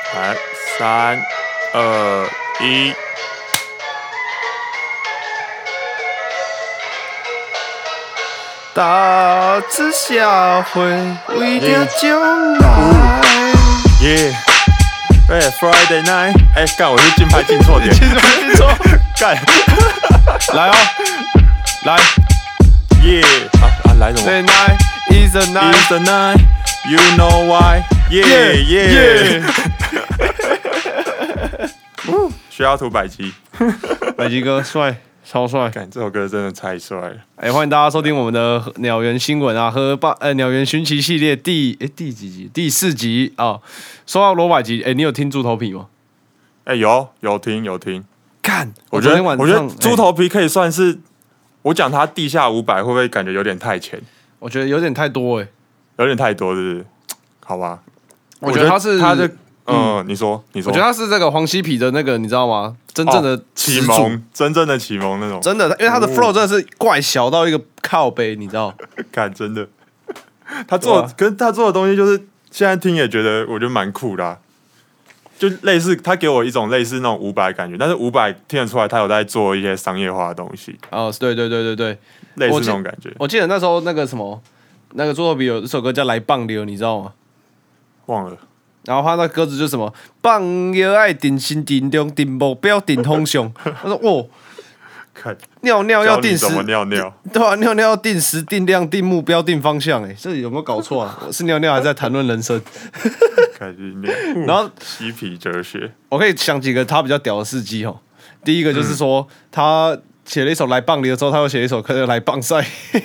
来，3、2、1。 大智小慧，为了将来。 耶！对 ，Friday night， 干，我是金牌进错点， 进错， 干， 来哦，来， 耶！来什么 ？The night is the night, is the night, you know why？ 耶耶！需要涂百基， 百吉哥帅，超帅！ 干，这首歌真的太帅了。 欢迎大家收听我们的鸟园新闻啊，鸟园寻奇系列第几集？第4集啊。说到罗百吉，你有听猪头皮吗？ 有听。 干， 我觉得猪头皮可以算是我讲他地下500，会不会感觉有点太浅？ 我觉得有点太多有点太多，是不是？好吧， 我觉得他的你说， 我觉得他是这个黄西皮的那个，你知道吗？真正的启蒙，真正的启蒙那种。 真的，因为他的 flow 真的是怪小到一个靠背，你知道？ 干，真的，可是他做的东西就是现在听也觉得，我觉得蛮酷的啊。就类似，他给我一种类似那种500感觉，但是500听得出来他有在做一些商业化的东西。 哦，对， 类似那种感觉。 我记得那时候那个那个猪头皮有一首歌叫《来棒流》，你知道吗？ 忘了。 然后他那歌词就是什么“棒流爱定心定量定目标定方向”。他说：“哦， 看尿尿要定时， 怎么尿尿？ 对啊，尿尿要定时、定量、定目标、定方向。这里有没有搞错啊？我是尿尿还是在谈论人生？ 开始尿。 然后嬉皮哲学， 我可以想几个他比较屌的事迹哦。第一个就是说，他写了一首《来棒流》之后，他又写了一首歌叫《来棒赛》。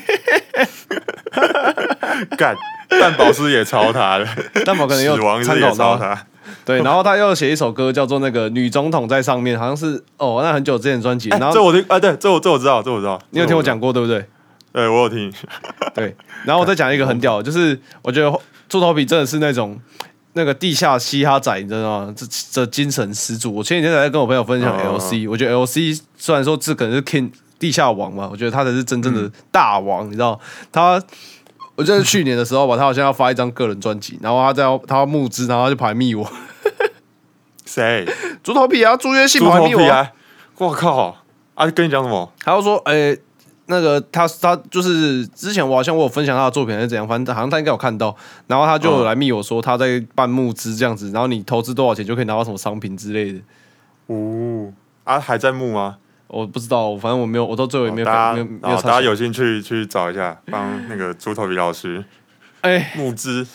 干。蛋堡是也抄他的， 蛋堡可能又参考到他。 对，然后他又写一首歌叫做那个女总统在上面，好像是那很久之前的专辑。然后这我听对，这我知道， 你有听我讲过对不对？ 对，我有听。 对，然后我再讲一个很屌的，就是我觉得猪头皮真的是那个地下嘻哈仔，你知道吗？这精神十足。我前几天才在跟我朋友分享 LC，我觉得 LC 虽然说这可能是 King 地下王嘛，我觉得他才是真正的大王，你知道我记得去年的时候吧，他好像要发一张个人专辑，然后他要募资，然后他就跑来密我。 谁？ 猪头皮啊，朱约信跑来密我啊！ 我靠！跟你讲什么？ 他就说，那个他就是之前我有分享他的作品还是怎样，反正好像他应该有看到，然后他就来密我说他在办募资这样子，然后你投资多少钱就可以拿到什么商品之类的。 还在募吗？ 我不知道，反正我没有，我到最后也没有。 大家有兴趣去找一下，帮那个猪头皮老师募资。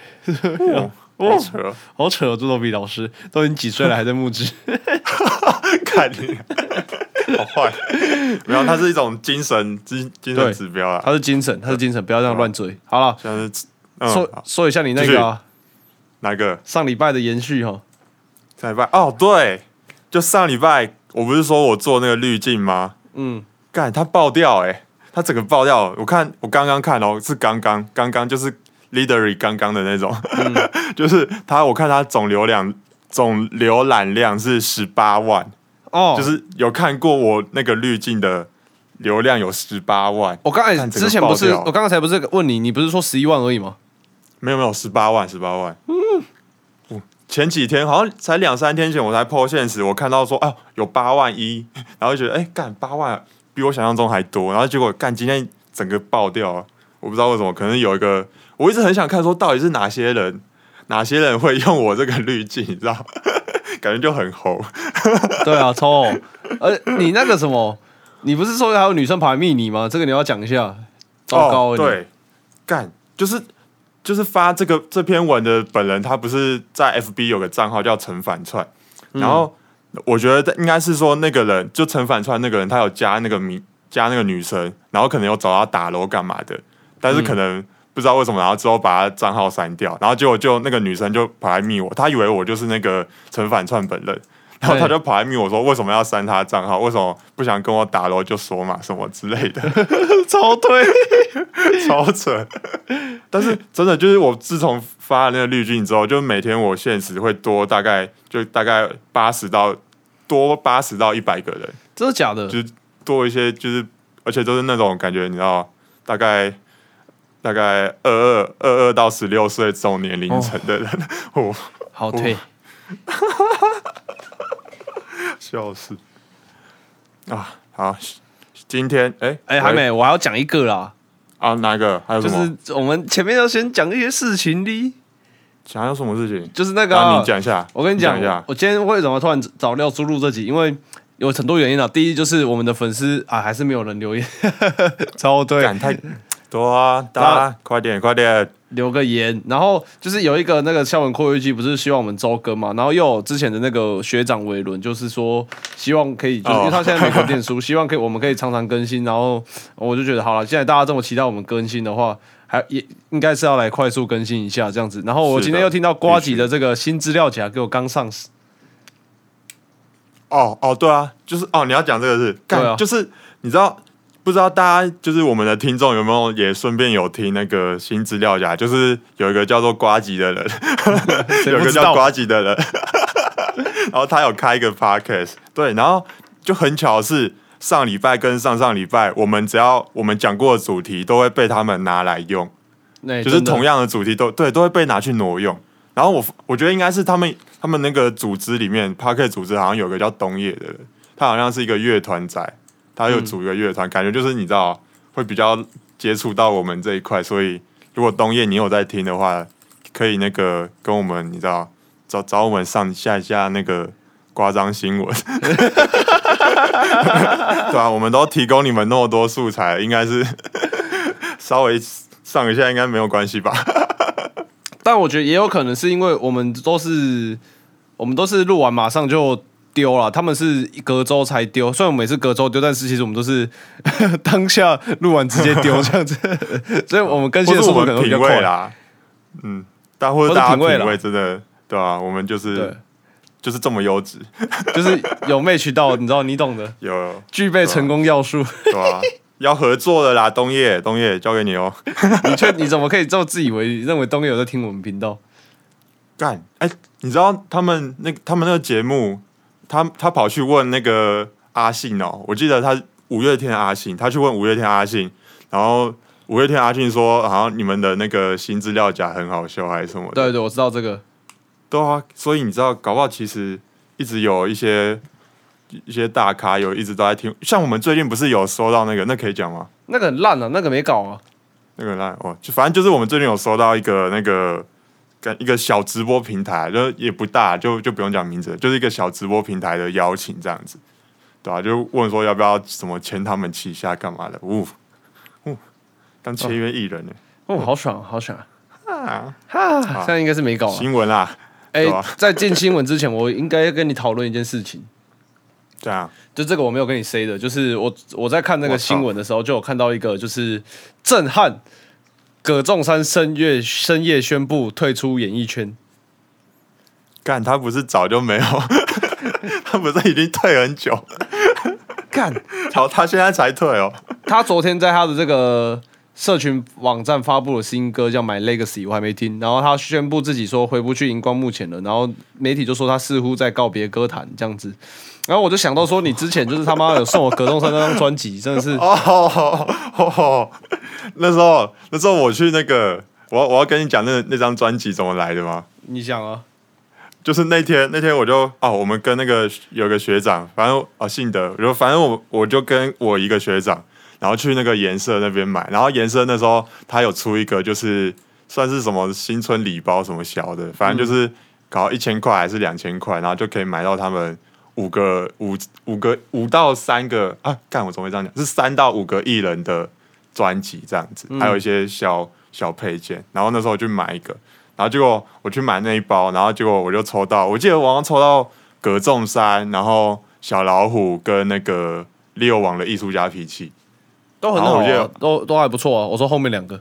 好扯！猪头皮老师都已经几岁了，还在募资。 看你，好坏。没有，它是一种精神指标啊。 它是精神，不要这样乱追。好了， 像是说一下你那个哪个？ 上礼拜的延续哈。 上礼拜对，就上礼拜。我不是说我做那个滤镜吗？干，它爆掉它整个爆掉。我刚刚看是刚刚就是 literally 刚刚的那种，就是我看它总浏览量是18万就是有看过我那个滤镜的流量有18万。 我刚才之前不是，我刚才不是问你，你不是说11万而已吗？ 没有18万。前几天好像才2-3天前，我才 po 现实，我看到说有8万1，然后就觉得干8万比我想象中还多，然后结果干今天整个爆掉了，我不知道为什么，可能有一个我一直很想看说到底是哪些人会用我这个滤镜，你知道，感觉就很红。 对啊，超红。你那个什么，你不是说还有女生跑来密你吗？这个你要讲一下。糟糕， 对，干就是发这篇文的本人，他不是在 FB 有个账号叫陈反串，然后我觉得应该是说那个人就陈反串那个人，他有加那个女生，然后可能有找他打楼干嘛的，但是可能不知道为什么，然后之后把他账号删掉，然后结果就那个女生就跑来密我，他以为我就是那个陈反串本人。然后他就跑来密我说为什么要删他的账号，为什么不想跟我打咯就说嘛什么之类的。 超推超扯。但是真的就是我自从发了那个滤镜之后，就每天我现实会多大概80到100个人。 真的假的？ 就是多一些，就是而且都是那种感觉你知道大概22到16岁这种年龄层的人。 好推。 笑死啊！好，今天还没，我还要讲一个啦。 啊，哪一个？还有什么？ 就是我们前面要先讲一些事情的。 讲有什么事情？ 就是那个， 你讲一下。 我跟你讲，我今天为什么突然找廖输入这集？因为有很多原因啊。第一就是我们的粉丝啊，还是没有人留言，超对， 太多啊！大家快点留个言。然后就是有一个那个校园扩约肌，不是希望我们周更嘛？然后又有之前的那个学长维伦，就是说希望可以，就是因为他现在美国念书，希望我们可以常常更新。然后我就觉得好了，现在大家这么期待我们更新的话，也应该是要来快速更新一下这样子。然后我今天又听到呱吉的这个新资料夹给我刚上市。 对啊，就是你要讲这个是， 对啊， 就是你知道。不知道大家就是我们的听众有没有也顺便有听那个新资料夹？就是有一个叫做呱吉的人，有一个叫呱吉的人，然后他有开一个 podcast， 对，然后就很巧的是上礼拜跟上上礼拜，我们只要我们讲过的主题都会被他们拿来用，就是同样的主题都会被拿去挪用。然后我觉得应该是他们那个组织里面 podcast 组织好像有个叫东野的人，他好像是一个乐团仔。他有组一个乐团，感觉就是你知道会比较接触到我们这一块，所以如果东叶你有在听的话，可以那个跟我们你知道找我们上下一下那个夸张新闻，对啊，我们都提供你们那么多素材，应该是稍微上一下应该没有关系吧？ 但我觉得也有可能是因为我们都是录完马上就丢了，他们是隔周才丢。虽然我们每次隔周丢，但是其实我们都是当下录完直接丢这样子，所以我们更新的速度可能比较快啦。但或者大家品味真的对啊，我们就是这么优质， 就是有 match 到，你知道你懂的， 有具备成功要素， 对啊，要合作的啦，东叶交给你哦。 你怎么可以这么自以为认为东叶有在听我们频道？ 干你知道他们那个节目？他跑去问那个阿信哦，我记得他五月天阿信，他去问五月天阿信，然后五月天阿信说，好像你们的那个新资料夹很好笑还是什么的。 对，我知道这个。 对啊，所以你知道，搞不好其实一直有一些大咖一直都在听，像我们最近不是有收到那可以讲吗？ 那个很烂啊，那个没搞啊。 那个很烂哦，就反正就是我们最近有收到一个小直播平台，就也不大，就不用讲名字，就是一个小直播平台的邀请这样子，对吧？就问说要不要什么签他们旗下干嘛的，当签约艺人呢， 好爽，好爽啊！现在应该是没搞啊。 新闻啦， 在进新闻之前，我应该跟你讨论一件事情。 这样， 就这个我没有跟你 say 的，就是我在看那个新闻的时候，就有看到一个就是震撼。葛仲山深夜宣布退出演艺圈。 干，他不是早就没有，他不是已经退很久？ 干， 好，他现在才退哦。 他昨天在他的这个社群网站发布了新歌，叫《My Legacy》，我还没听。然后他宣布自己说回不去荧光幕前了。然后媒体就说他似乎在告别歌坛这样子。然后我就想到说，你之前就是他妈有送我葛仲山那张专辑，真的是那时候我去那个，我要跟你讲那张专辑怎么来的吗？ 你想啊， 就是那天我就我们跟那个有个学长，反正姓德，反正我就跟我一个学长，然后去那个颜色那边买，然后颜色那时候他有出一个就是算是什么新春礼包什么小的，反正就是搞1000块还是2000块，然后就可以买到他们5到3个啊，干我怎么会这样讲？是3到5个艺人的专辑这样子，还有一些小配件。然后那时候我去买一个，然后结果我去买那一包，然后结果我就抽到，我记得我好像抽到葛仲山，然后小老虎跟那个Leo王的艺术家脾气， 都很好啊，都还不错啊。我说后面2个。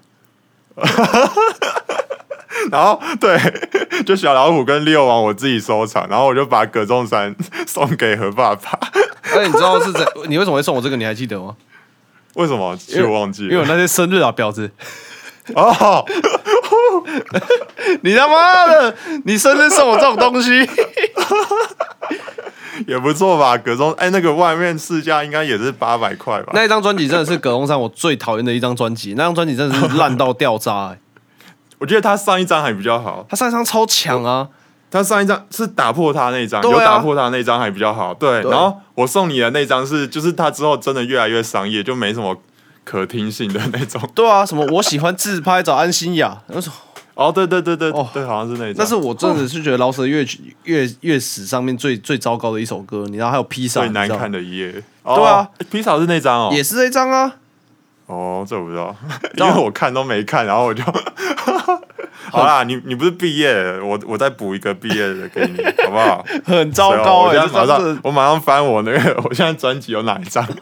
然后对，就小老虎跟Leo王我自己收藏，然后我就把葛仲山送给何爸爸。 你知道你为什么会送我这个？你还记得吗？ 为什么？其实我忘记了， 因为我那天生日啊，婊子。 哦， 你他妈的，你生日送我这种东西， 也不错吧？葛仲那个外面市价应该也是800块吧？ 那一张专辑真的是葛仲山我最讨厌的一张专辑，那张专辑真的是烂到掉渣。 我觉得他上一张还比较好， 他上一张超强啊！ 他上一张是打破他那张， 对啊有打破他那张还比较好。对，然后我送你的那张是，就是他之后真的越来越商业，就没什么可听性的那种。 对啊，什么我喜欢自拍找安心雅，那种哦，对，对，好像是那一张。 但是我真的是觉得饶舌乐史上面最糟糕的一首歌，你知道还有披萨最难看的一页。 对啊， 披萨是那张哦， 也是这张啊。 哦，这我不知道，因为我看都没看，然后我就好啦，你不是毕业了，我再补一个毕业的给你，好不好？ 很糟糕哎、 欸！我马上翻我那个，我现在专辑有哪一张？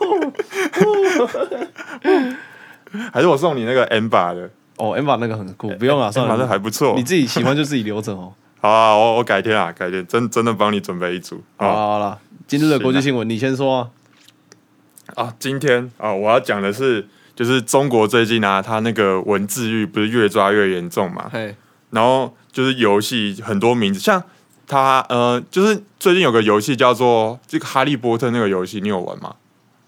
还是我送你那个 Emba 的？ 哦 ，Emba 那个很酷，不用了，算了， 那还不错。 你自己喜欢就自己留着哦。 好啊，我改天真的帮你准备一组。 好了，今日的国际新闻你先说啊。今天啊，我要讲的是，就是中国最近啊，它那个文字狱不是越抓越严重嘛？然后就是游戏很多名字，像它就是最近有个游戏叫做这个《哈利波特》那个游戏，你有玩吗？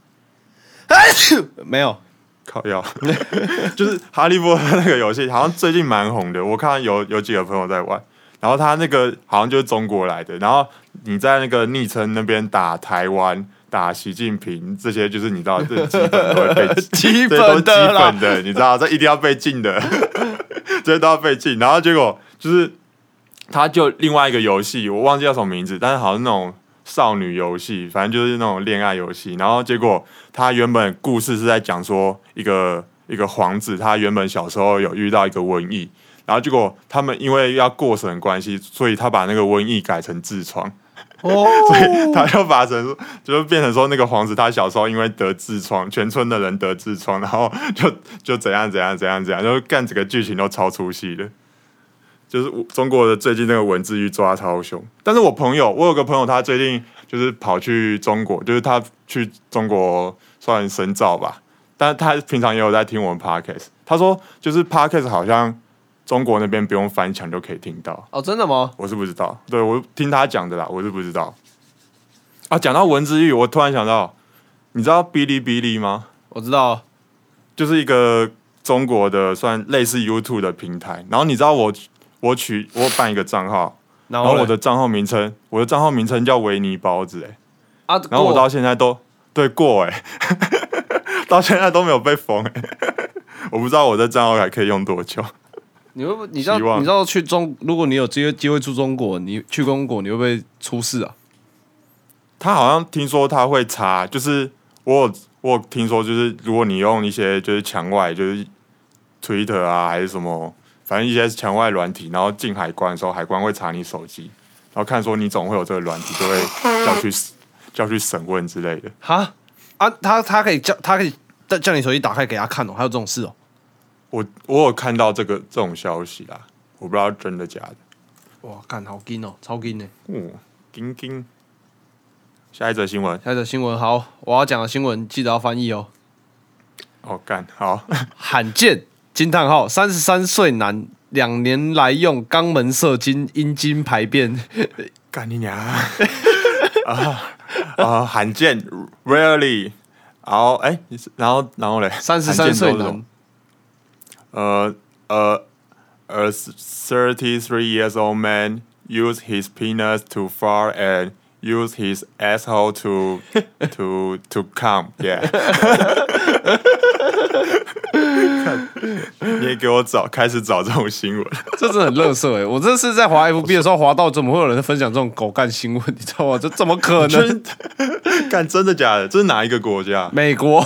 没有。 靠腰，就是哈利波特那个游戏，好像最近蛮红的。我看有几个朋友在玩，然后他那个好像就是中国来的。然后你在那个昵称那边打台湾、打习近平这些，就是你知道，这基本都会被基本的，你知道，这一定要被禁的，这些都要被禁。然后结果就是，他就另外一个游戏，我忘记叫什么名字，但是好像是那种少女游戏，反正就是那种恋爱游戏。然后结果他原本故事是在讲说一个皇子，他原本小时候有遇到一个瘟疫，然后结果他们因为要过审关系，所以他把那个瘟疫改成痔疮。所以他就就变成说，那个皇子他小时候因为得痔疮，全村的人得痔疮，然后就怎样，就干整个剧情都超出戏的。就是中国的最近那个文字狱抓超凶，但是我有个朋友，他最近就是跑去中国，就是他去中国算深造吧，但他平常也有在听我们 podcast。他说，就是 podcast 好像中国那边不用翻墙就可以听到。 哦，真的吗？ 我是不知道，对我听他讲的啦，我是不知道。啊，讲到文字狱，我突然想到，你知道哔哩哔哩吗？ 我知道， 就是一个中国的算类似 YouTube 的平台。然后你知道我办一个账号，然后我的账号名称叫维尼包子然后我到现在都对过到现在都没有被封我不知道我的账号还可以用多久。 你知道如果你有机会去中国，你去中国你会不会出事啊？ 他好像听说他会查，就是我有听说，就是如果你用一些就是墙外，就是 Twitter 啊还是什么，反正一些墙外软体，然后进海关的时候，海关会查你手机，然后看说你总会有这个软体，就会叫去审问之类的。 哈啊，他可以叫你手机打开给他看哦，还有这种事哦。 我有看到这种消息啦，我不知道真的假的。 哇，干好劲哦，超劲的。 劲。下一则新闻， 好，我要讲的新闻记得要翻译哦。 哦，干好。 罕见惊叹号！33岁男2年来用肛门射精，阴茎排便。 干你娘！罕见 ，rarely。然后嘞 ，33岁男。 A 33 years old man used his penis to fart and used his asshole to come. Yeah. 你也给我开始找这种新闻， 这真的很垃圾我这是在滑 FB 的时候滑到，怎么会有人分享这种狗干新闻？你知道吗？这怎么可能？ 干真的假的？这是哪一个国家？ 美国。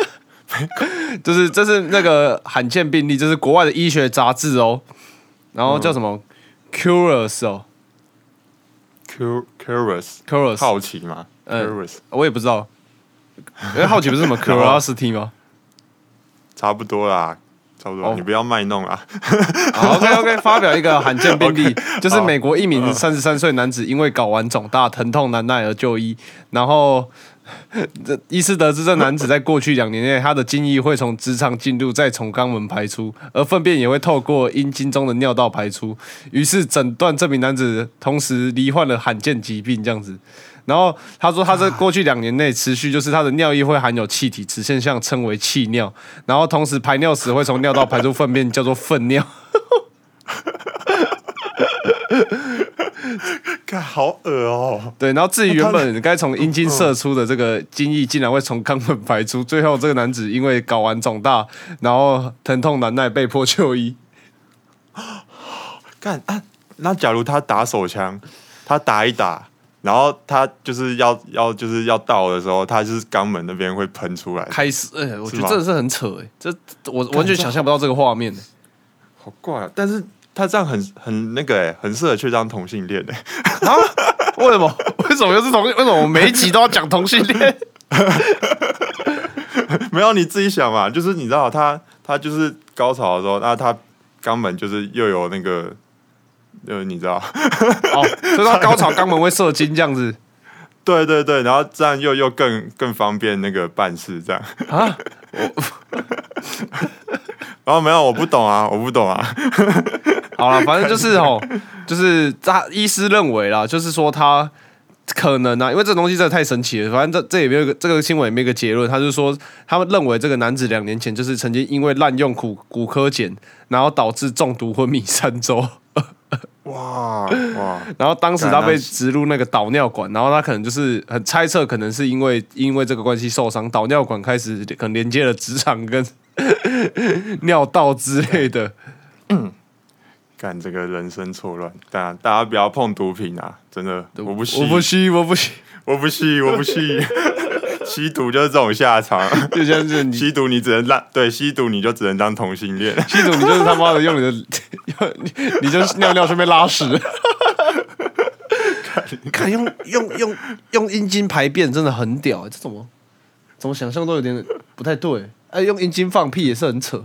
这是那个罕见病例，这是国外的医学杂志哦。然后叫什么 Curious 哦 Curious 好奇吗？Curious 我也不知道，因为好奇不是什么 Curiosity 吗？ 差不多啦，你不要卖弄啦。 OK， 发表一个罕见病例，就是美国一名33岁男子因为睾丸肿大、疼痛难耐而就医，然后医师得知这男子在过去2年内，他的精液会从直肠进入，再从肛门排出，而粪便也会透过阴茎中的尿道排出，于是诊断这名男子同时罹患了罕见疾病这样子。然后他说，他在过去2年内持续，就是他的尿液会含有气体，此现象称为气尿。然后同时排尿时会从尿道排出粪便，叫做粪尿。 看好恶哦。 对，然后至于原本该从阴茎射出的这个精液，竟然会从肛门排出，最后这个男子因为睾丸肿大，然后疼痛难耐，被迫就医。 干啊！那假如他打手枪，他打一打，然后他就是要到的时候，他就是肛门那边会喷出来。 开始，我觉得真的是很扯这我完全想象不到这个画面。 好怪啊！但是他这样很那个很适合去当同性恋啊？为什么？为什么又是同性？为什么我每一集都要讲同性恋？ 没有，你自己想嘛，就是你知道他就是高潮的时候，那他肛门就是又有那个。你知道哦，所以他高潮肛门会射精这样子， 对对对，然后这样又更方便那个办事这样啊。然后没有，我不懂啊。 好了，反正就是他医师认为啦，就是说他可能啊，因为这东西真的太神奇了。反正这也没有这个新闻也没有一个结论，他就是说他们认为这个男子2年前就是曾经因为滥用骨科碱，然后导致中毒昏迷3周。 哇！ 然后当时他被植入那个导尿管，然后他可能就是很猜测，可能是因为这个关系受伤，导尿管开始可能连接了直肠跟尿道之类的。 干这个人生错乱，大家不要碰毒品啊！真的，我不吸。吸毒就是这种下场， 就像是你吸毒，你吸毒你就只能当同性恋， 吸毒你就是他妈的用你的，你就是尿尿顺便拉屎。看用阴茎排便真的很屌，这怎么想象都有点不太对。用阴茎放屁也是很扯。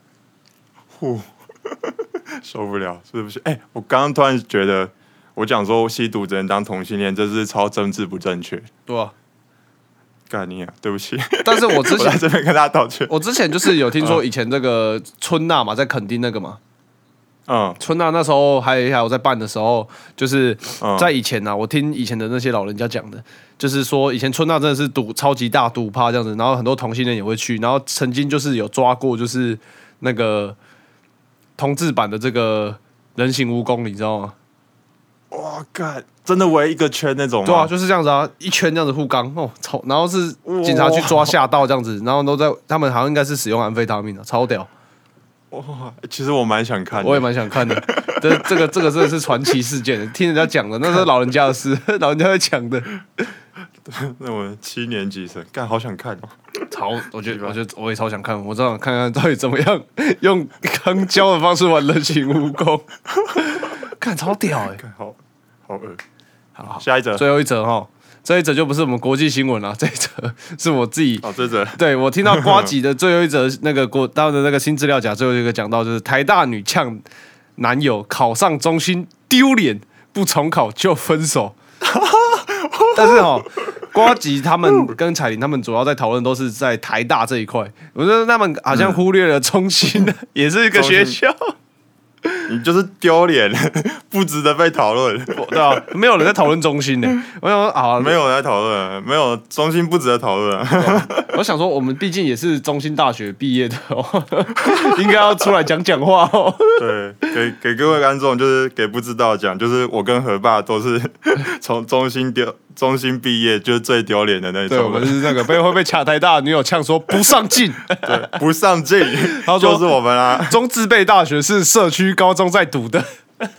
受不了，是不是？我刚刚突然觉得，我讲说吸毒只能当同性恋，这是超政治不正确。 对啊。 干你啊！对不起， 但是我之前在这边跟大家道歉。 我之前就是有听说以前这个春娜嘛，在垦丁那个嘛，春娜那时候还有在办的时候，就是在以前我听以前的那些老人家讲的，就是说以前春娜真的是超级大赌趴这样子，然后很多同性恋也会去，然后曾经就是有抓过就是那个同志版的这个人形蜈蚣，你知道吗？ 哇，干！真的围一个圈那种吗？ 对啊，就是这样子啊，一圈这样子护肛哦，超，然后是警察去抓吓到这样子，然后都在他们好像应该是使用安非他命的，超屌。 哇，其实我蛮想看的， 我也蛮想看的。这个真的是传奇事件，听人家讲的，那是老人家的事，老人家在讲的。 那我7年级生，干好想看哦。 我觉得我也超想看，我正想看看到底怎么样用肛交的方式玩人形蜈蚣，看超屌好恶。 好， 下一则， 最后一则哈，这一则就不是我们国际新闻了，这一则是我自己。 这则对我听到呱吉的最后一则那个他们的那个新资料夹最后一个讲到，就是台大女呛男友考上中心丢脸，不重考就分手。但是呱吉他们跟彩玲他们主要在讨论都是在台大这一块，我觉得他们好像忽略了中心也是一个学校。 你就是丢脸，不值得被讨论。 对啊，没有人在讨论中心呢。我想说没有人在讨论，没有中心不值得讨论。 我想说，我们毕竟也是中心大学毕业的应该要出来讲话哦。 对，给各位观众，就是给不知道讲，就是我跟何爸都是从中心毕业，就是最丢脸的那种。 对，我们是那个会被卡台大的女友呛说不上进， 对，不上进， 他说就是我们啊。 中字辈大学是社区高中在读的。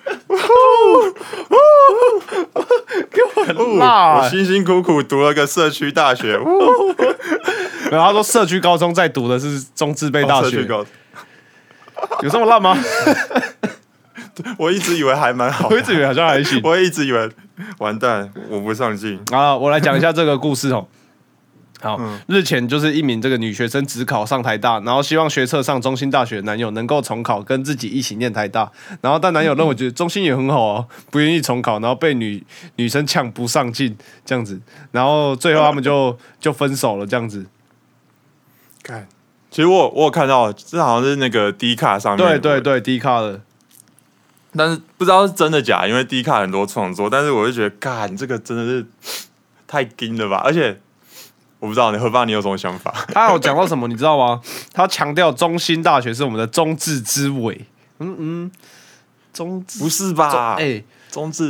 给我很辣我辛辛苦苦读了个社区大学。 然后他说社区高中在读的是中字辈大学。有这么烂吗？ 我一直以为还蛮好， 我一直以为好像还行。 我一直以为完蛋，我不上进。 好，我来讲一下这个故事哦。好，日前就是一名这个女学生指考上台大，然后希望学测上中兴大学的男友能够重考，跟自己一起念台大。然后但男友认为觉得中兴也很好啊，不愿意重考，然后被女生呛不上进这样子，然后最后他们就分手了这样子。 看，其实我有看到，这好像是那个 D 卡上面， 对 D 卡的。 但是不知道是真的假，因为 D 卡很多创作，但是我就觉得，干这个真的是太硬了吧！而且我不知道何爸你有什么想法？ 他有讲到什么，你知道吗？他强调中兴大学是我们的中智之尾。中智不是吧？ 中智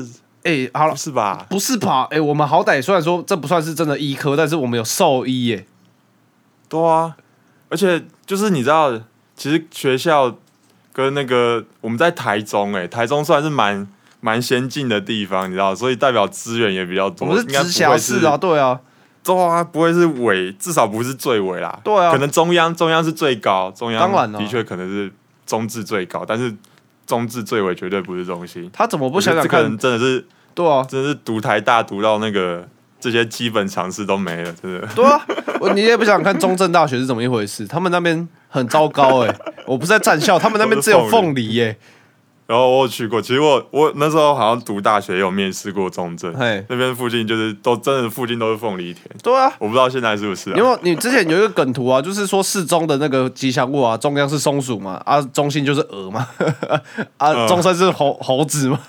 好了， 是吧？ 不是吧？我们好歹虽然说这不算是真的医科，但是我们有兽医耶。 对啊，而且就是你知道，其实学校跟那个我们在台中，台中算是蛮先进的地方，你知道，所以代表资源也比较多。 我们是直辖市啊，对啊， 对啊，不会是尾，至少不是最尾啦。 对啊， 可能中央是最高，中央当然的确可能是中至最高，但是中至最尾绝对不是中心。 他怎么不想想看？ 这个人真的是， 对啊， 真的是读台大读到那个这些基本常识都没了，真的。 对啊，你也不想想看中正大学是怎么一回事？他们那边很糟糕我不是在战校，他们那边只有凤梨然后我有去过，其实我那时候好像读大学也有面试过中正，那边附近就是真的附近都是凤梨田。对啊，我不知道现在是不是、啊。 因为你之前有一个梗图啊，就是说市中的那个吉祥物啊，中央是松鼠嘛，中心就是鹅嘛，中山是猴子嘛，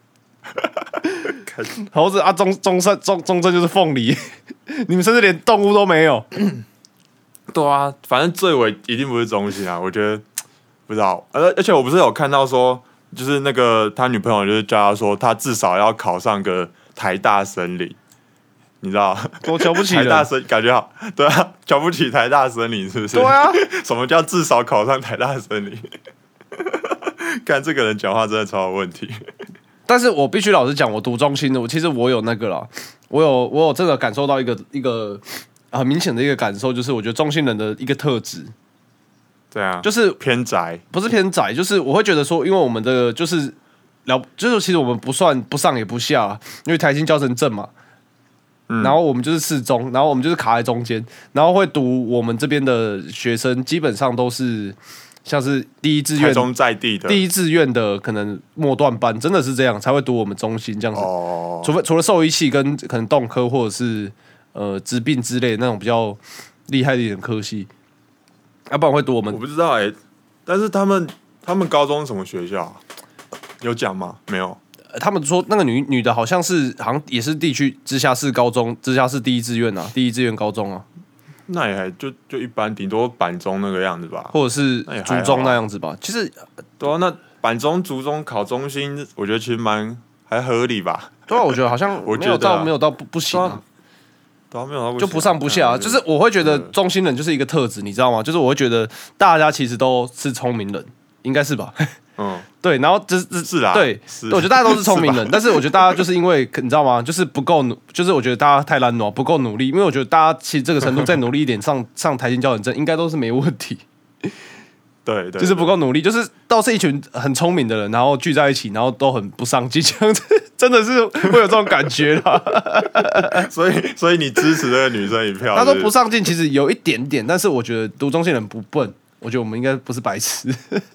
猴子中正就是凤梨，你们甚至连动物都没有。 对啊，反正最尾一定不是中心啊，我觉得不知道，而且我不是有看到说。就是那个他女朋友就是叫他说，他至少要考上个台大森林，你知道？ 我瞧不起人。 台大森感觉好，对啊，瞧不起台大森林是不是？ 对啊。 什么叫至少考上台大森林？看这个人讲话真的超有问题。 但是我必须老实讲，我读中心的，其实我有那个啦，我有真的感受到一个很明显的一个感受，就是我觉得中心人的一个特质。 对啊， 就是偏宅， 不是偏宅，就是我会觉得说，因为我们的就是其实我们不算不上也不下，因为台清交成镇嘛，然后我们就是四中，然后我们就是卡在中间，然后会读我们这边的学生基本上都是像是第一志愿， 台中在地的第一志愿的可能末段班，真的是这样才会读我们中心这样子，除了兽医系跟可能动科或者是疾病之类的那种比较厉害的一点科系。要不然会读我们， 我不知道但是他们高中是什么学校啊？有讲吗？没有。 他们说那个女的好像也是地区直辖市高中，直辖市第一志愿啊，第一志愿高中啊。 那也还就一般，顶多板中那个样子吧， 或者是竹中那样子吧。其实对啊，那板中、竹中考中心，我觉得其实还合理吧。 对啊，我觉得好像没有到不行啊。就不上不下，就是我会觉得中心人就是一个特质，你知道吗？就是我会觉得大家其实都是聪明人，应该是吧？对，然后是啦， 对，我觉得大家都是聪明人，但是我觉得大家就是因为你知道吗？就是不够就是我觉得大家太懒惰，不够努力。因为我觉得大家其实这个程度再努力一点，上台清交成镇应该都是没问题。 对， 就是不够努力，就是都是一群很聪明的人，然后聚在一起，然后都很不上进，这样子真的是会有这种感觉啦。 所以你支持这个女生一票？ 他说不上进，其实有一点点，但是我觉得读中心人不笨，我觉得我们应该不是白痴。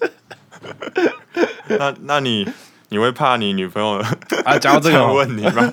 那你会怕你女朋友讲到这个问你吗？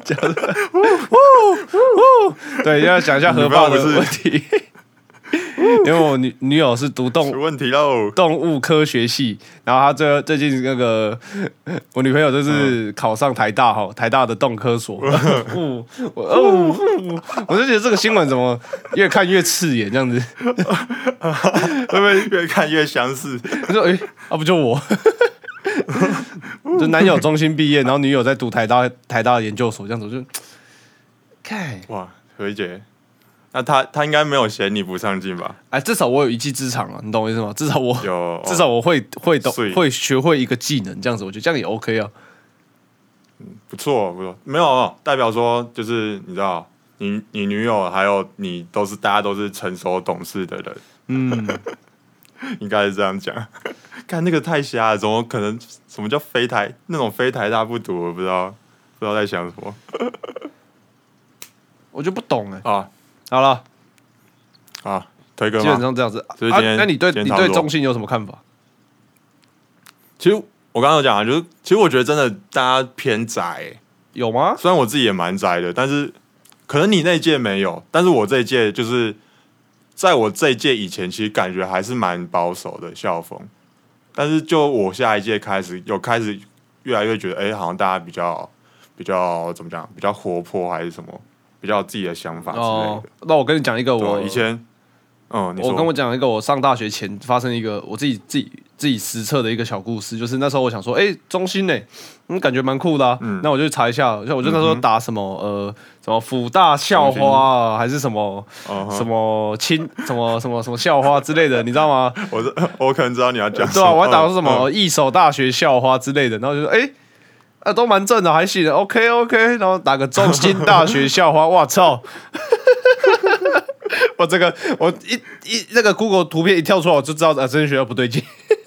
对，要讲一下核爆的问题。因为我女友是读动物科学系，然后她最近那个我女朋友就是考上台大台大的动科所。我就觉得这个新闻怎么越看越刺眼，这样子， 会不会越看越相似？ 我说不就我，就男友中心毕业，然后女友在读台大的研究所，这样子我就看哇，何一姐。那他应该没有嫌你不上进吧？ 至少我有一技之长啊，你懂我意思吗？至少我会学会一个技能，这样子我觉得这样也 OK 啊。 不错，没有代表说就是你知道，你女友还有你大家都是成熟懂事的人，应该是这样讲。看那个太瞎了，怎么可能？什么叫非台大不读？我不知道在想什么。 我就不懂啊。好了， 推歌吗？ 基本上这样子。那你对中信有什么看法？ 其实我刚刚有讲就是其实我觉得真的大家偏宅， 有吗？ 虽然我自己也蛮宅的，但是可能你那一届没有，但是我这一届就是在我这一届以前，其实感觉还是蛮保守的校风。但是就我下一届开始越来越觉得，好像大家比较怎么讲，比较活泼还是什么。比较有自己的想法之类的。 那我跟你讲一个我以前， 我跟我讲一个我上大学前发生一个我自己实测的一个小故事，就是那时候我想说，中兴呢，感觉蛮酷的啊，那我就查一下，我就那时候打什么什么辅大校花啊，还是什么什么什么校花之类的，你知道吗？ 我可能知道你要讲什么， 对啊，我还打说什么一手大学校花之类的，然后就说都蛮正的，还行，OK， 然后打个中兴大学校花，哇操！我那个 Google 图片一跳出来，我就知道这间学校不对劲。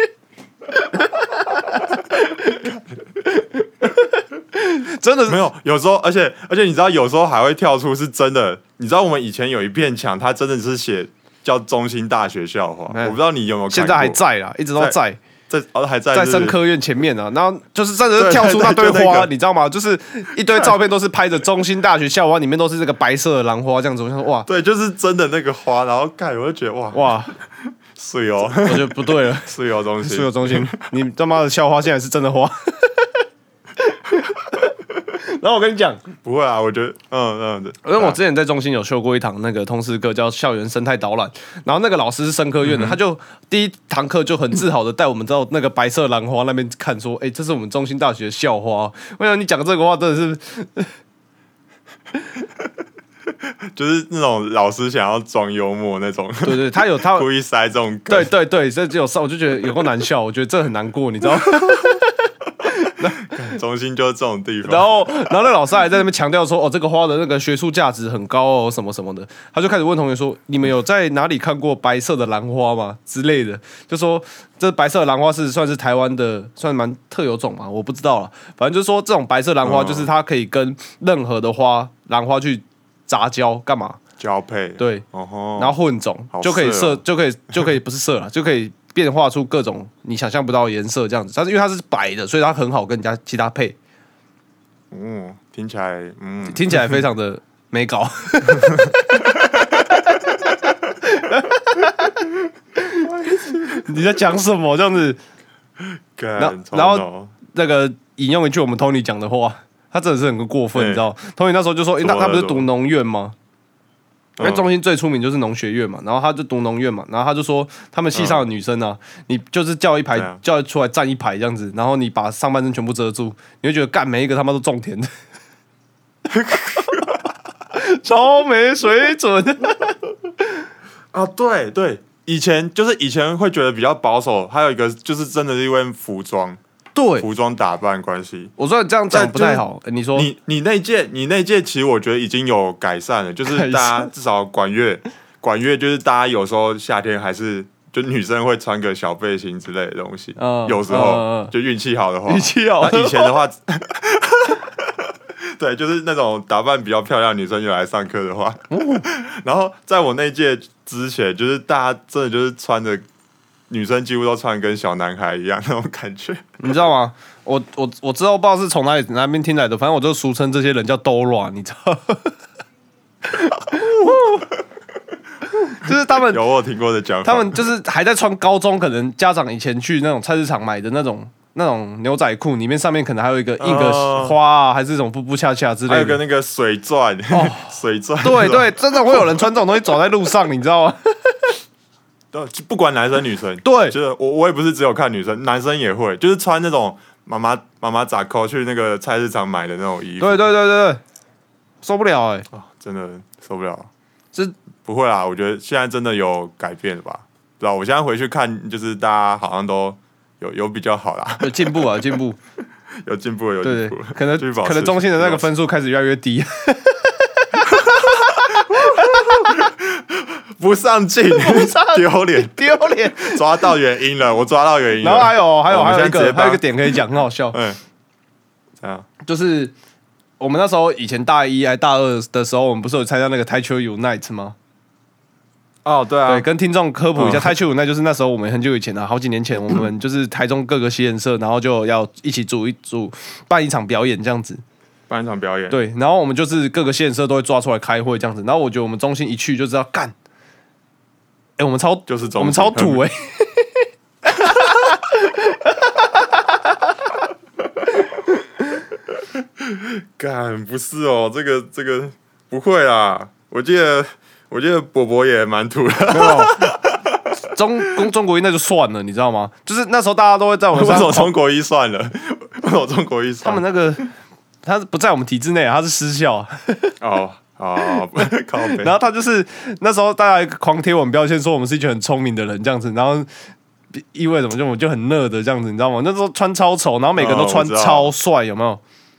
真的是没有，有时候，而且你知道，有时候还会跳出是真的。你知道我们以前有一片墙，它真的是写叫中兴大学校花，我不知道你有没有看过。 现在还在啦，一直都在。 还在在生科院前面啊，然后就是真的是跳出那堆花，你知道吗？就是一堆照片都是拍着中兴大学校花，里面都是这个白色的兰花这样子。我想说哇， 对，就是真的那个花，然后看我就觉得哇，水哦， 我觉得不对了， 水哦中心， 水哦中心，你他妈的校花现在是真的花。然后我跟你讲， 不会啊，我觉得， 因为我之前在中心有修过一堂那个通识课，叫校园生态导览，然后那个老师是生科院的，他就第一堂课就很自豪的带我们到那个白色兰花那边看，说，这是我们中兴大学的校花。我想你讲这个话真的是， 就是那种老师想要装幽默那种， 对，他故意塞这种梗， 对，这就有上，我就觉得有够难笑，我觉得这很难过，你知道吗？ 中心就是这种地方， 然后那个老师还在那边强调说，这个花的那个学术价值很高哦，什么什么的。他就开始问同学说，你们有在哪里看过白色的兰花吗？之类的，就说这白色的兰花算是台湾的，算蛮特有种嘛，我不知道了。反正就是说这种白色兰花，就是它可以跟任何的兰花去杂交，干嘛？ 交配， 对，然后混种就可以就可以不是色了，就可以变化出各种你想象不到的颜色，这样子。但是因为它是白的，所以它很好跟人家其他配。 听起来非常的美搞。你在讲什么？这样子，然後那个引用一句我们 Tony 讲的话，他真的是很过分，你知道 ？Tony 那时候就说，他不是读农院吗？因为中兴最出名就是农学院嘛，然后他就读农院嘛，然后他就说他们系上的女生啊，你就是叫一排叫出来站一排这样子，然后你把上半身全部遮住，你会觉得干每一个他妈都种田的，超没水准啊！对，以前会觉得比较保守，还有一个就是真的是因为服装。 对， 服装打扮关系， 我说你这样讲不太好。你说你那届其实我觉得已经有改善了，就是大家至少管乐就是大家有时候夏天还是就女生会穿个小背心之类的东西，有时候就运气好的话， 运气好。 以前的话，对，就是那种打扮比较漂亮的女生就来上课的话，然后在我那届之前，就是大家真的就是穿着。女生几乎都穿跟小男孩一样那种感觉， 你知道吗？我知道，不知道是从哪边听来的，反正我就俗称这些人叫 Dora， 你知道？就是他们有我有听过的讲法， 他们就是还在穿高中，可能家长以前去那种菜市场买的那种牛仔裤，里面上面可能还有一个印个花啊，还是一种布布恰恰之类的， 还有个那个水钻，水钻， 对，真的会有人穿这种东西走在路上，你知道吗？ 不管男生女生， 对， 就是我也不是只有看女生，男生也会，就是穿那种妈妈扎扣去那个菜市场买的那种衣服。 对，受不了真的受不了。 这不会啦，我觉得现在真的有改变了吧？不知道，我现在回去看，就是大家好像都有比较好啦， 有进步啊，进步， 有进步了，有进步了。 可能中性的那个分数开始越来越低。 不上进，丢脸，抓到原因了，我抓到原因了。 然后还有一个点可以讲，很好笑。 这样就是我们那时候以前大一还大二的时候，我们不是有参加那个台球 Unite 吗？ 对啊， 对，跟听众科普一下，台球 Unite就是那时候我们很久以前好几年前，我们就是台中各个实验社，然后就要一起办一场表演这样子。 办一场表演， 对，然后我们就是各个县社都会抓出来开会这样子，然后我觉得我们中心一去就知道干，我们超土干不是哦，这个不会啦，我记得我觉得伯伯也蛮土的。 没有中国一那就算了，你知道吗？就是那时候大家都会在我们为什么中国一算了？为什么中国一算？ 他们那个他不在我们体制内，他是失效。 哦，靠北。 然后他就是那时候大家狂贴我们标签，说我们是一群很聪明的人这样子，然后意味着我们就很nerd的这样子，你知道吗？那时候穿超丑，然后每个人都穿超帅，有没有？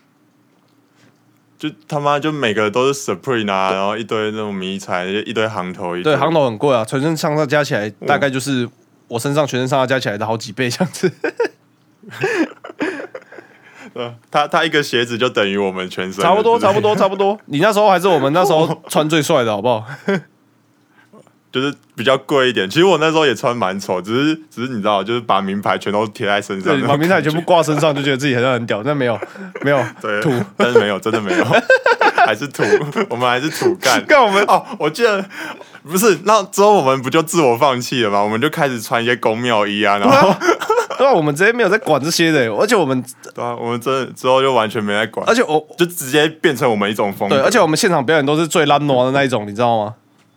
就他妈就每个都是 Supreme 啊，然后一堆那种迷彩，一堆行头， 对，行头很贵啊，全身上下加起来大概就是我身上全身上下加起来的好几倍这样子。 他一个鞋子就等于我们全身， 差不多。你那时候还是我们那时候穿最帅的，好不好？ 就是比较贵一点。其实我那时候也穿蛮丑，只是你知道，就是把名牌全都贴在身上， 对，把名牌全部挂身上，就觉得自己好像很屌，但没有对土， 但是没有，真的没有，还是土，我们还是土干。 干我们我记得不是，那之后我们不就自我放弃了吗？我们就开始穿一些宫庙衣啊，然后对啊，我们直接没有在管这些的，而且我们对啊，我们真的之后就完全没在管， 而且就直接变成我们一种风格。 对，而且我们现场表演都是最烂挪的那一种，你知道吗？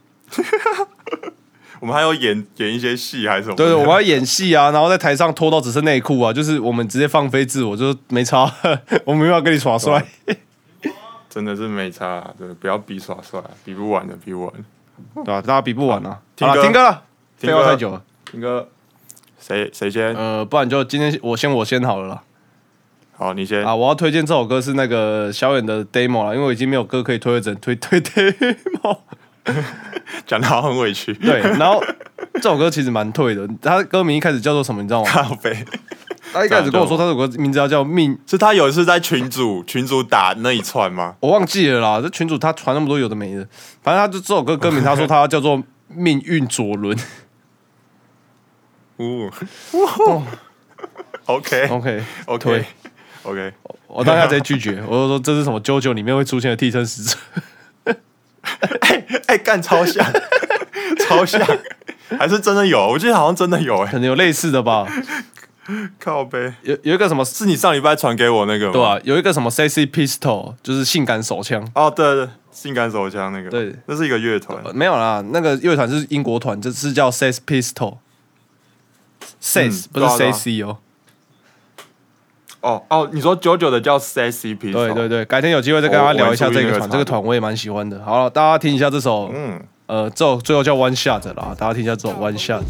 我们还有演一些戏还是什么？ 对，我们要演戏啊，然后在台上脱到只剩内裤啊，就是我们直接放飞自我，就没差，我们没有跟你耍帅， 真的是没差啊，对，不要比耍帅，比不完的，比不完， 对吧？大家比不完啊。 好了， 听歌了，废话太久了。 听歌，谁先？ 不然就今天我先好了啦。 好，你先啊！我要推荐这首歌是那个小远的 demo 啦，因为我已经没有歌可以推，只能推 demo。 讲得好很委屈。 对，然后这首歌其实蛮退的，他歌名一开始叫做什么，你知道吗？ 靠背。 他一开始跟我说，他这首歌名字要叫《命》， 是他有一次在群组打那一串吗？ 我忘记了啦。这群主他传那么多有的没的，反正他就这首歌歌名，他说他叫做《命运左轮》。 OK， 我当下直接拒绝，我就说这是什么JoJo里面会出现的替身使者。 干超像，超像，还是真的有？我记得好像真的有， 可能有类似的吧。 靠背有一个什么？ 是你上礼拜传给我那个吗？ 对啊，有一个什么 Sexy Pistol， 就是性感手枪。 哦，对，性感手枪那个， 对， 那是一个乐团。 没有啦，那个乐团是英国团，这是叫 Sex Pistol。Sex 不是 Sexy 哦。 你说99的叫 Sexy Pistol。 对，改天有机会再跟大家聊一下这个团，这个团我也蛮喜欢的。好了，大家听一下这首，这首最后叫 One Shot 啦，大家听一下这首 One Shot。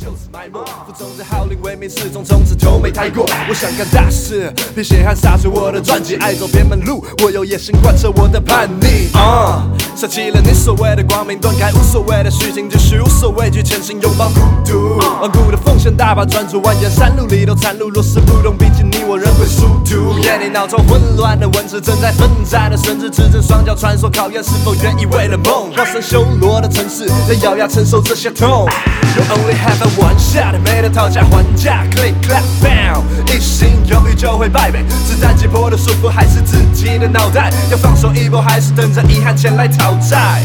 我想干大事，并血汗洒出我的传奇，爱走偏门路，我有野心贯彻我的叛逆。舍弃了你所谓的光明，断开无所谓的虚情，继续无所畏惧前行，拥抱孤独。顽固的奉献，大把专注，蜿蜒山路里都残路，若是不懂，毕竟你我人会殊途。眼里脑中混乱的文字，正在奋战的神智，指正双脚穿梭，考验是否愿意为了梦，化身修罗的城市，要咬牙承受这些痛。You only have a one shot， 没得讨价还价 ，click clap bang， 一心犹豫就会败北，子弹击破的束缚还是自己的脑袋，要放手一搏，还是等着遗憾前来讨债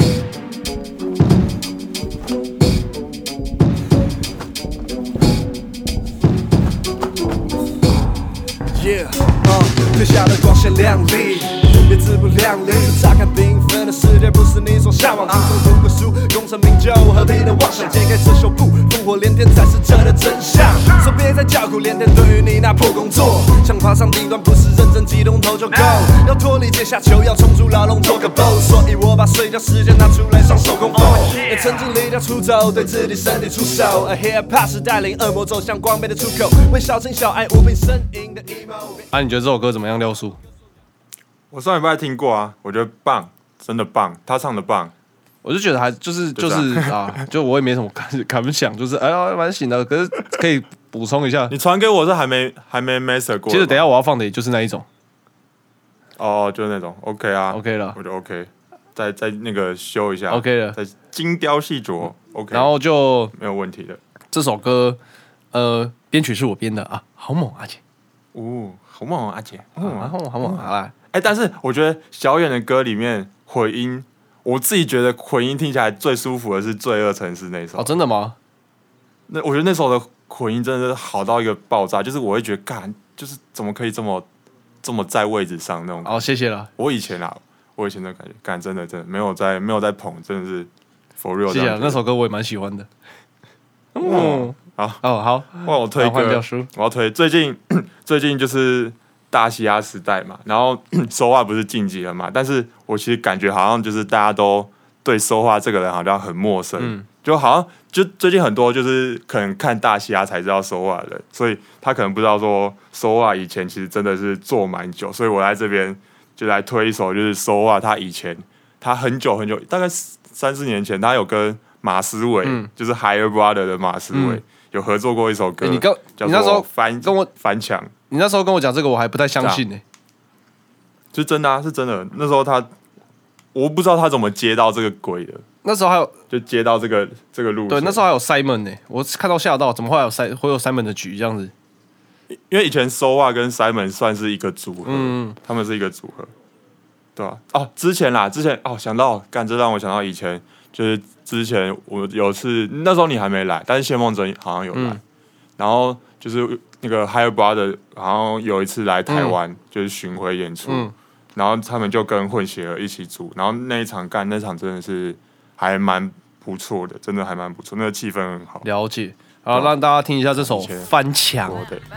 ？Yeah， 天下的光鲜亮丽，也自不量力。乍看缤纷的世界，不是你所向往。轻松读个书，功成名就，何必的妄想？揭开这袖布，烽火连天才是这的真相。说别再叫苦连天，对于你那破工作，想爬上顶端，不是认真激动头就够。要脱离阶下囚，要冲出牢笼做个 boss。所以我把睡觉时间拿出来上手工 oh， 也曾经离家出走，对自己身体出手。而 hip hop 是带领恶魔走向光明的出口，为小情小爱无病呻吟的 emo。 你觉得这首歌怎么样？廖叔？ 我上礼拜听过啊，我觉得棒，真的棒，他唱的棒。 我就觉得还就是啊，就我也没什么感想，就是哎呀蛮行的，可是可以补充一下。 你传给我是还没 master 过。 其实等一下我要放的也就是那一种。 就是那种 OK 啊 ，OK 了， 我觉得 OK， 再那个修一下 ，OK 了， 再精雕细琢 ，OK， 然后就没有问题的。 这首歌编曲是我编的啊，好猛阿姐， 好猛阿姐， 好猛啊！ 但是我觉得小远的歌里面混音，我自己觉得混音听起来最舒服的是《罪恶城市》那首。 真的吗？ 我觉得那首的混音真的是好到一个爆炸，就是我会觉得干，就是怎么可以这么在位置上那种。 谢谢了。 我以前的感觉，干真的没有在捧，真的是 For real， 谢谢，那首歌我也蛮喜欢的。好， 换我推歌，我要推最近就是大嘻哈时代嘛，然后SOWA不是晋级了嘛，但是我其实感觉好像就是大家都对SOWA这个人好像很陌生，就好像就最近很多就是可能看大嘻哈才知道SOWA的人，所以他可能不知道说SOWA以前其实真的是做蛮久，所以我在这边就来推一首，就是 SOWA 他以前他很久大概3-4年前，他有跟马思唯，就是 Higher Brother 的马思唯。有合作过一首歌， 你那时候翻墙， 你那时候跟我讲这个，我还不太相信呢。 是真的啊，是真的。那时候我不知道他怎么接到这个鬼的。 那时候还有就接到这个路线。 对，那时候还有 Simon 呢，我看到吓到，怎么会有 Simon 的局这样子？ 因为以前 SOWA 跟 Simon 算是一个组合，他们是一个组合，对吧？哦，之前想到，这让我想到以前。就是之前我有次，那时候你还没来，但是谢梦真好像有来，然后就是那个 Higher Brother 好像有一次来台湾，就是巡回演出，然后他们就跟混血儿一起组，然后那场真的是还蛮不错的，真的还蛮不错，那个气氛很好。 了解，好，让大家听一下这首《翻墙》。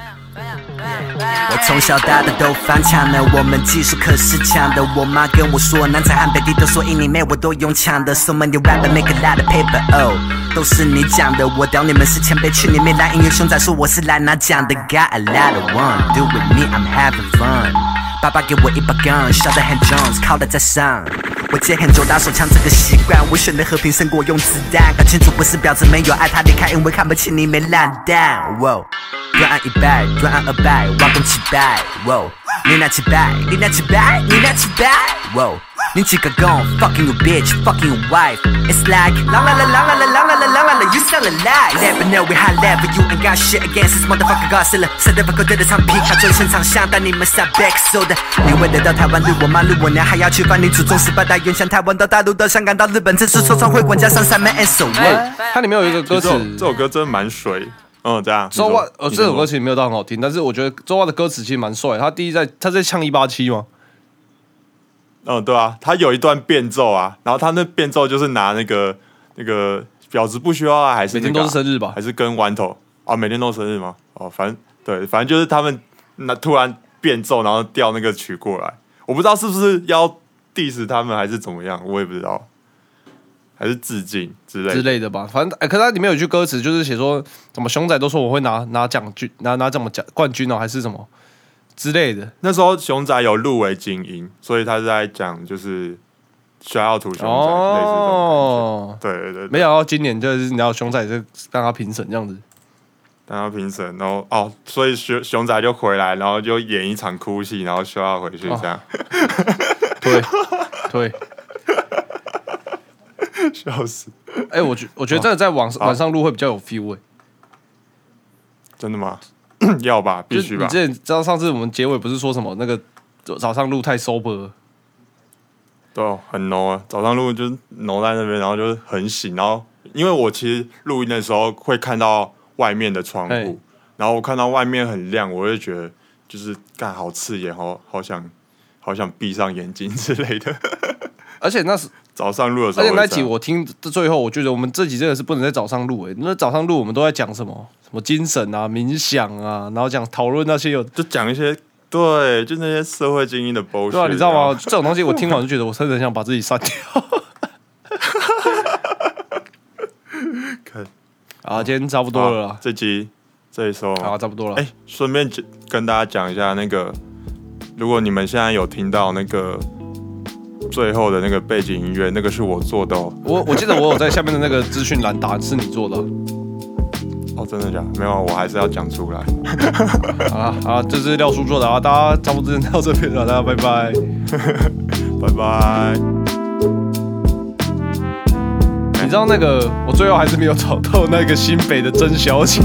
我从小大的都翻墙了，我们技术可是强的。我妈跟我说，南海和北地都说印尼妹我都用抢的。So many rapper make a lot of paper， 都是你讲的。我屌你们是前辈，去年没来音乐熊仔说我是来拿奖的。Got a lot of one do with me I'm having fun。爸爸给我一把 gun， 笑得很 Jones， 靠得在上。我借很久打手枪这个习惯，我选的和平胜过用子弹。搞清楚不是婊子没有爱他离开，因为看不起你没烂蛋。专案100，专案200，挖工期待。你拿起白，你拿起白，你拿起白。你几个公 ，fucking your bitch，fucking your wife。It's like long la you sound alive。Never know we high level，you ain't got shit against this motherfucker Godzilla。Certificate 对得上皮卡追现场像，但你们是 back 的。你为了到台湾，路我妈路我娘，还要去翻你祖宗18代，远向台湾到大陆到香港到日本，这是收藏会馆加上3枚 S。 它里面有一个歌词， 这首歌真的蛮水。这样。 SOWA 这首歌其实没有到很好听，但是我觉得SOWA的歌词其实蛮帅。他在唱187吗？ 对啊，他有一段变奏啊，然后他那变奏就是拿那个婊子不需要啊，还是、 每天都是生日吧？ 还是跟顽头每天都生日吗？反正就是他们突然变奏，然后调那个曲过来，我不知道是不是要 diss 他们还是怎么样，我也不知道。还是致敬之类的吧，反正可是它里面有一句歌词，就是写说什么熊仔都说我会拿奖军，拿怎么奖冠军还是什么之类的。 那时候熊仔有入围金鹰，所以他是在讲就是shout out to熊仔类似这种感觉。对， 没想到今年就是你要熊仔就让他评审这样子， 让他评审，然后所以熊仔就回来，然后就演一场哭戏，然后shout out回去这样。 对。 笑死！ 我觉得真的在晚上录会比较有 feel 真的吗？要吧，必须吧。 你之前知道上次我们结尾不是说什么那个早上录太 sober 了？ 对，很 no 啊！早上录就是 no 在那边，然后就是很醒，然后因为我其实录音的时候会看到外面的窗户，然后我看到外面很亮，我会觉得就是干好刺眼，好想闭上眼睛之类的。 而且那是早上录的时候， 而且那集我听最后，我觉得我们这集真的是不能在早上录那早上录我们都在讲什么精神啊、冥想啊，然后讨论那些就讲一些对，就那些社会精英的 bullshit。 对啊，你知道吗？这种东西我听完就觉得我真的很想把自己删掉。今天差不多了啦， 这一首差不多了。 顺便跟大家讲一下那个，如果你们现在有听到那个。最后的那个背景音乐，那个是我做的哦。 我记得我有在下面的那个资讯栏打是你做的。 真的假的？没有，我还是要讲出来。 好，这是廖叔做的啊，大家差不多到这边了，大家拜拜， 拜拜。 你知道那个我最后还是没有找到那个新北的曾小姐。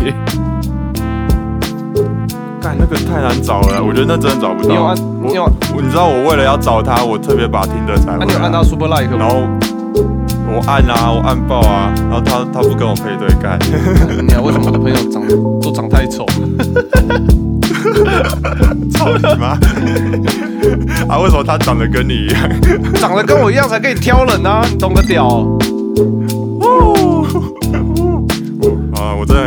那个太难找了，我觉得那真的找不到。你知道我为了要找他，我特别把听的才。 你有按到 Super Like 吗？ 然后我按爆啊，然后他不跟我配对干。 你为什么我的朋友都长太丑？ 操你妈！为什么他长得跟你一样？ 长得跟我一样才可以挑人啊，你懂个屌？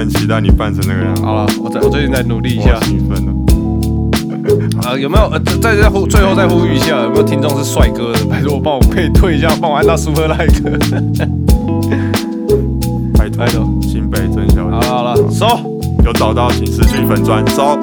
很期待你扮成那个样子。 好了，我最近在努力一下我，兴奋了。 有没有最后再呼吁一下，有没有听众是帅哥的？拜托帮我配对一下，帮我按到 Super Like。 拜托，新北曾小姐。 好了，收。 有找到请私讯粉专收。